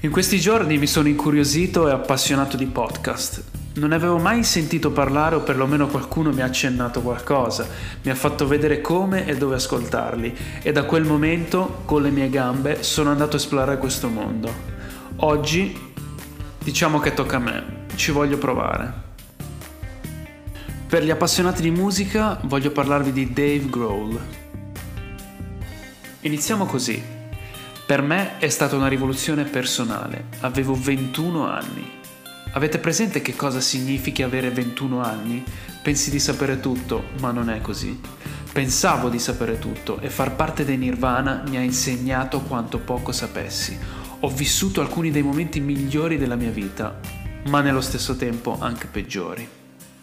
In questi giorni mi sono incuriosito e appassionato di podcast. Non ne avevo mai sentito parlare, o perlomeno qualcuno mi ha accennato qualcosa, mi ha fatto vedere come e dove ascoltarli, e da quel momento, con le mie gambe, sono andato a esplorare questo mondo. Oggi, diciamo che tocca a me, ci voglio provare. Per gli appassionati di musica, voglio parlarvi di Dave Grohl. Iniziamo così. Per me è stata una rivoluzione personale. Avevo 21 anni. Avete presente che cosa significhi avere 21 anni? Pensi di sapere tutto, ma non è così. Pensavo di sapere tutto e far parte dei Nirvana mi ha insegnato quanto poco sapessi. Ho vissuto alcuni dei momenti migliori della mia vita, ma nello stesso tempo anche peggiori.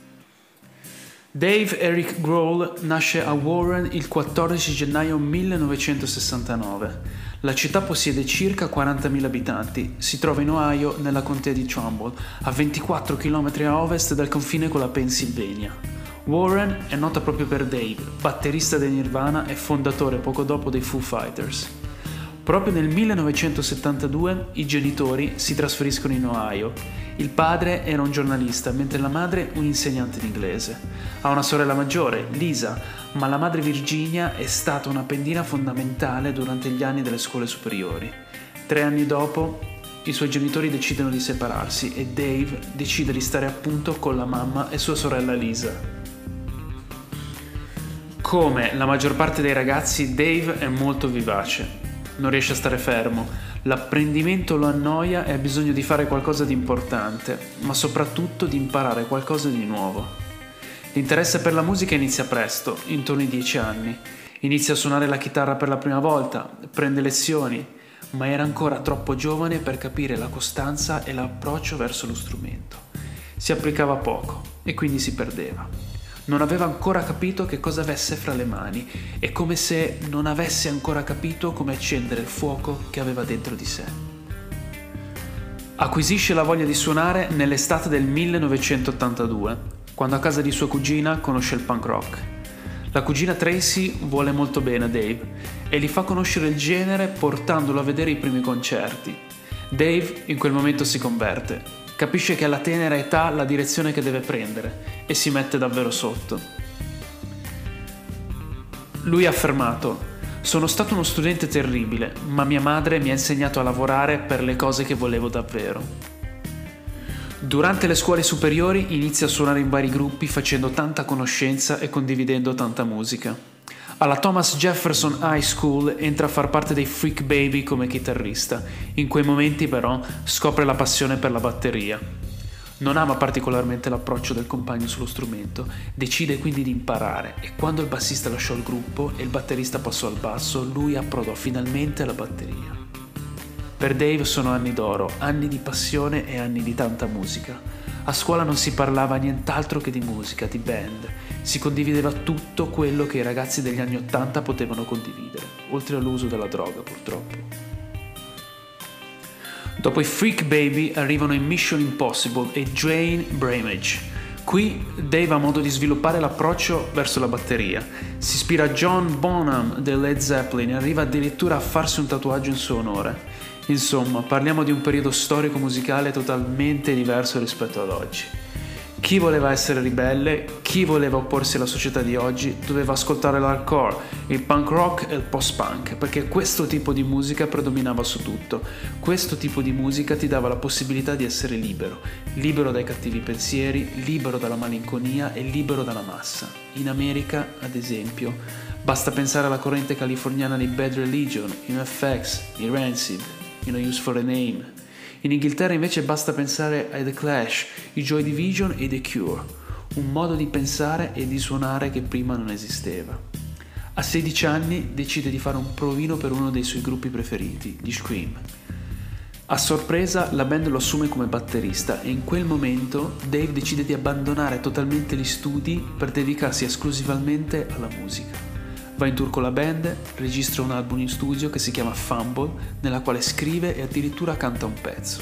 Dave Eric Grohl nasce a Warren il 14 gennaio 1969. La città possiede circa 40.000 abitanti, si trova in Ohio nella contea di Trumbull, a 24 km a ovest dal confine con la Pennsylvania. Warren è nota proprio per Dave, batterista dei Nirvana e fondatore poco dopo dei Foo Fighters. Proprio nel 1972 i genitori si trasferiscono in Ohio. Il padre era un giornalista, mentre la madre un insegnante di inglese. Ha una sorella maggiore, Lisa, ma la madre Virginia è stata una pendina fondamentale durante gli anni delle scuole superiori. 3 anni dopo, i suoi genitori decidono di separarsi e Dave decide di stare appunto con la mamma e sua sorella Lisa. Come la maggior parte dei ragazzi, Dave è molto vivace. Non riesce a stare fermo, l'apprendimento lo annoia e ha bisogno di fare qualcosa di importante, ma soprattutto di imparare qualcosa di nuovo. L'interesse per la musica inizia presto, intorno ai 10 anni. Inizia a suonare la chitarra per la prima volta, prende lezioni, ma era ancora troppo giovane per capire la costanza e l'approccio verso lo strumento. Si applicava poco e quindi si perdeva. Non aveva ancora capito che cosa avesse fra le mani, è come se non avesse ancora capito come accendere il fuoco che aveva dentro di sé. Acquisisce la voglia di suonare nell'estate del 1982, quando a casa di sua cugina conosce il punk rock. La cugina Tracy vuole molto bene a Dave e gli fa conoscere il genere portandolo a vedere i primi concerti. Dave in quel momento si converte. Capisce che alla tenera età la direzione che deve prendere e si mette davvero sotto. Lui ha affermato: "Sono stato uno studente terribile, ma mia madre mi ha insegnato a lavorare per le cose che volevo davvero". Durante le scuole superiori inizia a suonare in vari gruppi facendo tanta conoscenza e condividendo tanta musica. Alla Thomas Jefferson High School entra a far parte dei Freak Baby come chitarrista. In quei momenti però scopre la passione per la batteria. Non ama particolarmente l'approccio del compagno sullo strumento, decide quindi di imparare e quando il bassista lasciò il gruppo e il batterista passò al basso, lui approdò finalmente alla batteria. Per Dave sono anni d'oro, anni di passione e anni di tanta musica. A scuola non si parlava nient'altro che di musica, di band. Si condivideva tutto quello che i ragazzi degli anni '80 potevano condividere, oltre all'uso della droga purtroppo. Dopo i Freak Baby arrivano i Mission Impossible e Jane Bramage. Qui Dave ha modo di sviluppare l'approccio verso la batteria. Si ispira a John Bonham del Led Zeppelin e arriva addirittura a farsi un tatuaggio in suo onore. Insomma, parliamo di un periodo storico-musicale totalmente diverso rispetto ad oggi. Chi voleva essere ribelle, chi voleva opporsi alla società di oggi, doveva ascoltare l'hardcore, il punk rock e il post-punk, perché questo tipo di musica predominava su tutto. Questo tipo di musica ti dava la possibilità di essere libero, libero dai cattivi pensieri, libero dalla malinconia e libero dalla massa. In America, ad esempio, basta pensare alla corrente californiana di Bad Religion, i NoFX, i Rancid, i No Use for a Name. In Inghilterra invece basta pensare ai The Clash, i Joy Division e The Cure, un modo di pensare e di suonare che prima non esisteva. A 16 anni decide di fare un provino per uno dei suoi gruppi preferiti, gli Scream. A sorpresa la band lo assume come batterista e in quel momento Dave decide di abbandonare totalmente gli studi per dedicarsi esclusivamente alla musica. Va in tour con la band, registra un album in studio che si chiama Fumble, nella quale scrive e addirittura canta un pezzo.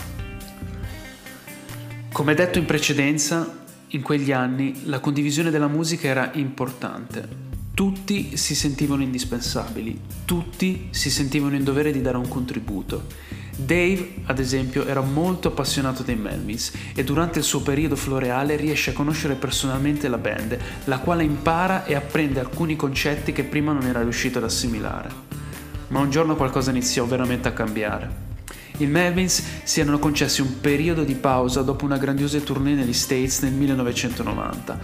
Come detto in precedenza, in quegli anni la condivisione della musica era importante. Tutti si sentivano indispensabili, tutti si sentivano in dovere di dare un contributo. Dave, ad esempio, era molto appassionato dei Melvins e durante il suo periodo floreale riesce a conoscere personalmente la band, la quale impara e apprende alcuni concetti che prima non era riuscito ad assimilare. Ma un giorno qualcosa iniziò veramente a cambiare. I Melvins si erano concessi un periodo di pausa dopo una grandiosa tournée negli States nel 1990.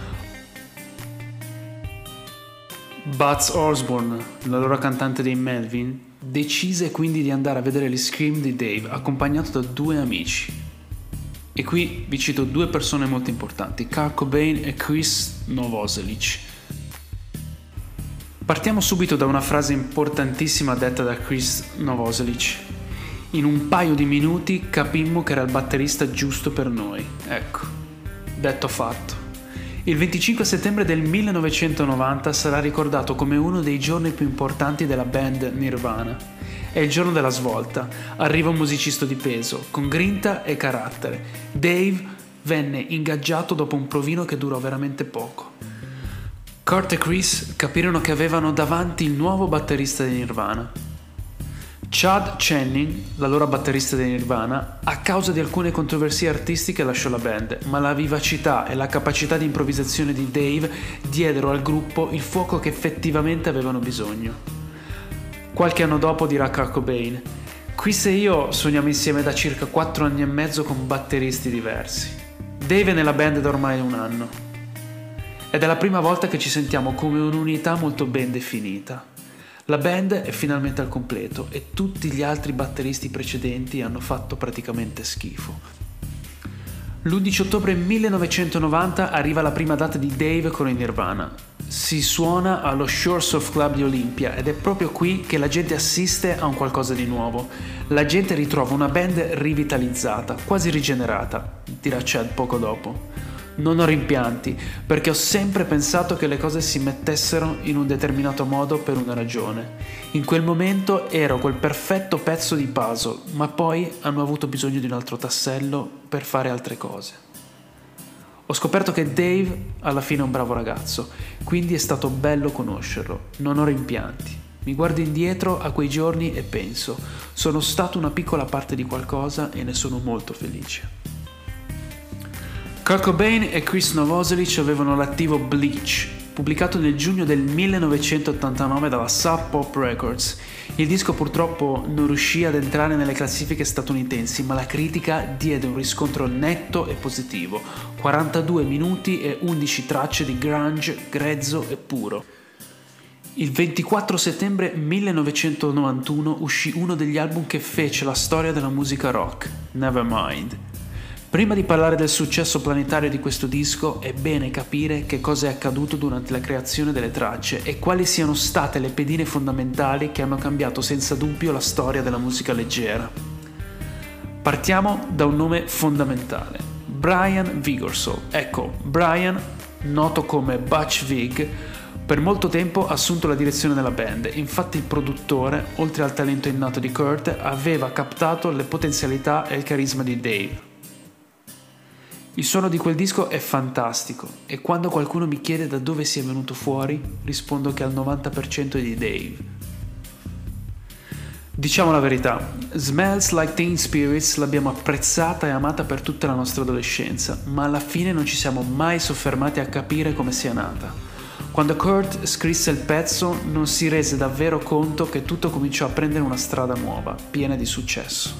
Buzz Osborne, l'allora cantante dei Melvin, decise quindi di andare a vedere gli Scream di Dave, accompagnato da due amici. E qui vi cito due persone molto importanti, Kurt Cobain e Chris Novoselic. Partiamo subito da una frase importantissima detta da Chris Novoselic. In un paio di minuti capimmo che era il batterista giusto per noi. Ecco, detto fatto. Il 25 settembre del 1990 sarà ricordato come uno dei giorni più importanti della band Nirvana. È il giorno della svolta. Arriva un musicista di peso, con grinta e carattere. Dave venne ingaggiato dopo un provino che durò veramente poco. Kurt e Chris capirono che avevano davanti il nuovo batterista di Nirvana. Chad Channing, l'allora batterista di Nirvana, a causa di alcune controversie artistiche lasciò la band, ma la vivacità e la capacità di improvvisazione di Dave diedero al gruppo il fuoco che effettivamente avevano bisogno. Qualche anno dopo dirà Kurt Cobain: Chris e io suoniamo insieme da circa 4 anni e mezzo con batteristi diversi. Dave è nella band da ormai un anno. Ed è la prima volta che ci sentiamo come un'unità molto ben definita. La band è finalmente al completo e tutti gli altri batteristi precedenti hanno fatto praticamente schifo. L'11 ottobre 1990 arriva la prima data di Dave con i Nirvana. Si suona allo Shores of Club di Olympia ed è proprio qui che la gente assiste a un qualcosa di nuovo. La gente ritrova una band rivitalizzata, quasi rigenerata, dirà Chad poco dopo. Non ho rimpianti, perché ho sempre pensato che le cose si mettessero in un determinato modo per una ragione. In quel momento ero quel perfetto pezzo di puzzle, ma poi hanno avuto bisogno di un altro tassello per fare altre cose. Ho scoperto che Dave alla fine è un bravo ragazzo, quindi è stato bello conoscerlo. Non ho rimpianti. Mi guardo indietro a quei giorni e penso, sono stato una piccola parte di qualcosa e ne sono molto felice. Kurt Cobain e Chris Novoselic avevano l'attivo Bleach, pubblicato nel giugno del 1989 dalla Sub Pop Records. Il disco purtroppo non riuscì ad entrare nelle classifiche statunitensi, ma la critica diede un riscontro netto e positivo. 42 minuti e 11 tracce di grunge grezzo e puro. Il 24 settembre 1991 uscì uno degli album che fece la storia della musica rock, Nevermind. Prima di parlare del successo planetario di questo disco, è bene capire che cosa è accaduto durante la creazione delle tracce e quali siano state le pedine fondamentali che hanno cambiato senza dubbio la storia della musica leggera. Partiamo da un nome fondamentale, Brian Vigorsol. Ecco, Brian, noto come Butch Vig, per molto tempo ha assunto la direzione della band. Infatti il produttore, oltre al talento innato di Kurt, aveva captato le potenzialità e il carisma di Dave. Il suono di quel disco è fantastico e quando qualcuno mi chiede da dove sia venuto fuori, rispondo che al 90% è di Dave. Diciamo la verità, Smells Like Teen Spirits l'abbiamo apprezzata e amata per tutta la nostra adolescenza, ma alla fine non ci siamo mai soffermati a capire come sia nata. Quando Kurt scrisse il pezzo non si rese davvero conto che tutto cominciò a prendere una strada nuova, piena di successo.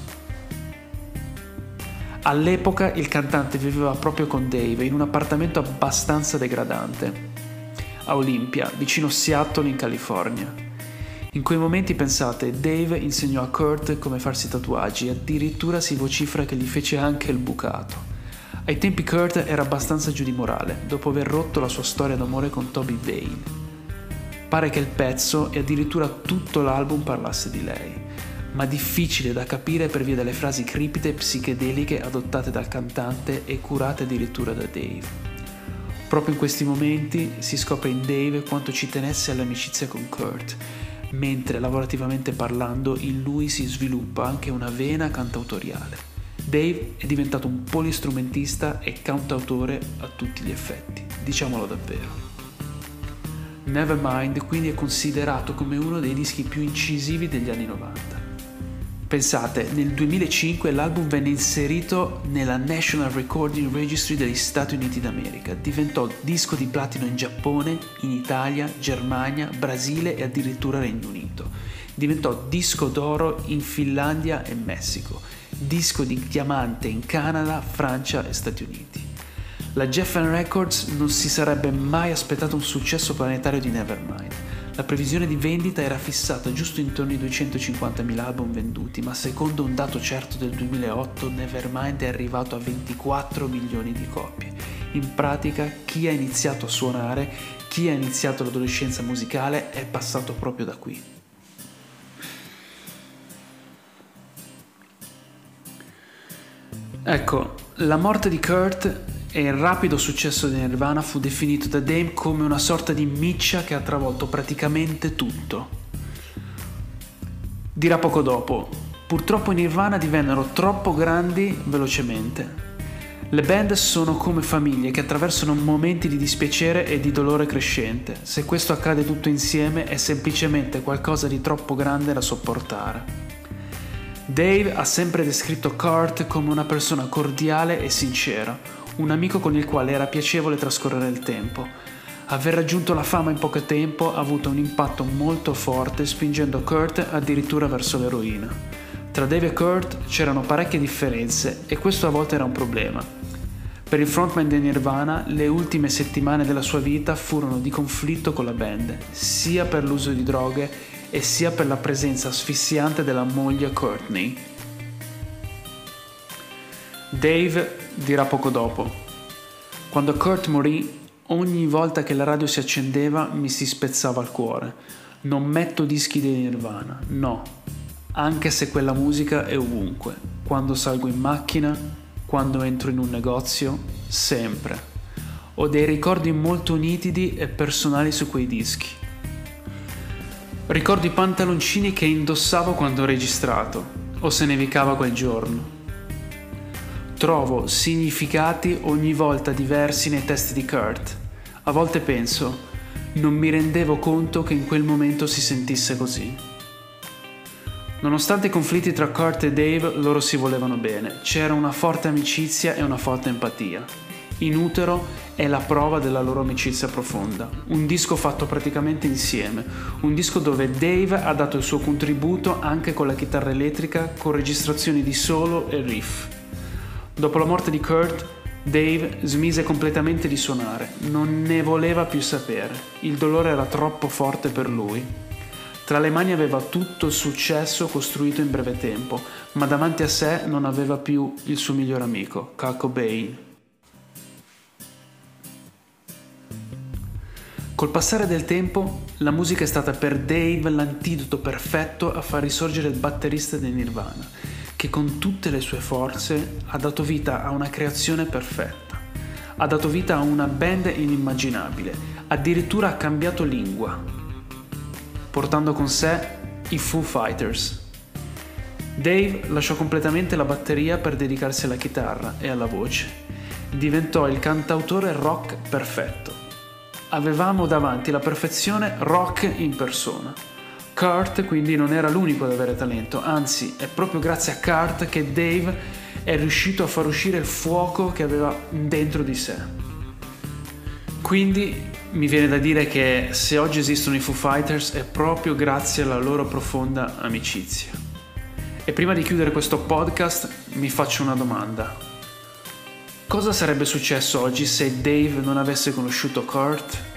All'epoca il cantante viveva proprio con Dave in un appartamento abbastanza degradante, a Olympia, vicino Seattle in California. In quei momenti, pensate, Dave insegnò a Kurt come farsi tatuaggi e addirittura si vocifera che gli fece anche il bucato. Ai tempi Kurt era abbastanza giù di morale, dopo aver rotto la sua storia d'amore con Toby Vane. Pare che il pezzo e addirittura tutto l'album parlasse di lei, ma difficile da capire per via delle frasi cripte e psichedeliche adottate dal cantante e curate addirittura da Dave. Proprio in questi momenti si scopre in Dave quanto ci tenesse all'amicizia con Kurt, mentre lavorativamente parlando in lui si sviluppa anche una vena cantautoriale. Dave è diventato un polistrumentista e cantautore a tutti gli effetti, diciamolo davvero. Nevermind quindi è considerato come uno dei dischi più incisivi degli anni 90. Pensate, nel 2005 l'album venne inserito nella National Recording Registry degli Stati Uniti d'America, diventò disco di platino in Giappone, in Italia, Germania, Brasile e addirittura Regno Unito. Diventò disco d'oro in Finlandia e Messico, disco di diamante in Canada, Francia e Stati Uniti. La Geffen Records non si sarebbe mai aspettato un successo planetario di Nevermind. La previsione di vendita era fissata giusto intorno ai 250.000 album venduti, ma secondo un dato certo del 2008 Nevermind è arrivato a 24 milioni di copie. In pratica, chi ha iniziato a suonare, chi ha iniziato l'adolescenza musicale è passato proprio da qui. Ecco, la morte di Kurt e il rapido successo di Nirvana fu definito da Dave come una sorta di miccia che ha travolto praticamente tutto. Dirà poco dopo, purtroppo i Nirvana divennero troppo grandi velocemente. Le band sono come famiglie che attraversano momenti di dispiacere e di dolore crescente. Se questo accade tutto insieme è semplicemente qualcosa di troppo grande da sopportare. Dave ha sempre descritto Kurt come una persona cordiale e sincera, un amico con il quale era piacevole trascorrere il tempo. Aver raggiunto la fama in poco tempo ha avuto un impatto molto forte, spingendo Kurt addirittura verso l'eroina. Tra Dave e Kurt c'erano parecchie differenze e questo a volte era un problema. Per il frontman di Nirvana, le ultime settimane della sua vita furono di conflitto con la band, sia per l'uso di droghe e sia per la presenza asfissiante della moglie Courtney. Dave dirà poco dopo: quando Kurt morì, ogni volta che la radio si accendeva mi si spezzava il cuore. Non metto dischi di Nirvana, no, anche se quella musica è ovunque, quando salgo in macchina, quando entro in un negozio, sempre. Ho dei ricordi molto nitidi e personali su quei dischi. Ricordo i pantaloncini che indossavo quando ho registrato, o se nevicava quel giorno. Trovo significati ogni volta diversi nei testi di Kurt. A volte penso, non mi rendevo conto che in quel momento si sentisse così. Nonostante i conflitti tra Kurt e Dave, loro si volevano bene. C'era una forte amicizia e una forte empatia. In Utero è la prova della loro amicizia profonda. Un disco fatto praticamente insieme. Un disco dove Dave ha dato il suo contributo anche con la chitarra elettrica, con registrazioni di solo e riff. Dopo la morte di Kurt, Dave smise completamente di suonare, non ne voleva più sapere, il dolore era troppo forte per lui. Tra le mani aveva tutto il successo costruito in breve tempo, ma davanti a sé non aveva più il suo migliore amico, Kurt Cobain. Col passare del tempo, la musica è stata per Dave l'antidoto perfetto a far risorgere il batterista dei Nirvana, che con tutte le sue forze ha dato vita a una creazione perfetta. Ha dato vita a una band inimmaginabile, addirittura ha cambiato lingua, portando con sé i Foo Fighters. Dave lasciò completamente la batteria per dedicarsi alla chitarra e alla voce. Diventò il cantautore rock perfetto. Avevamo davanti la perfezione rock in persona. Kurt quindi non era l'unico ad avere talento, anzi è proprio grazie a Kurt che Dave è riuscito a far uscire il fuoco che aveva dentro di sé. Quindi mi viene da dire che se oggi esistono i Foo Fighters è proprio grazie alla loro profonda amicizia. E prima di chiudere questo podcast mi faccio una domanda. Cosa sarebbe successo oggi se Dave non avesse conosciuto Kurt?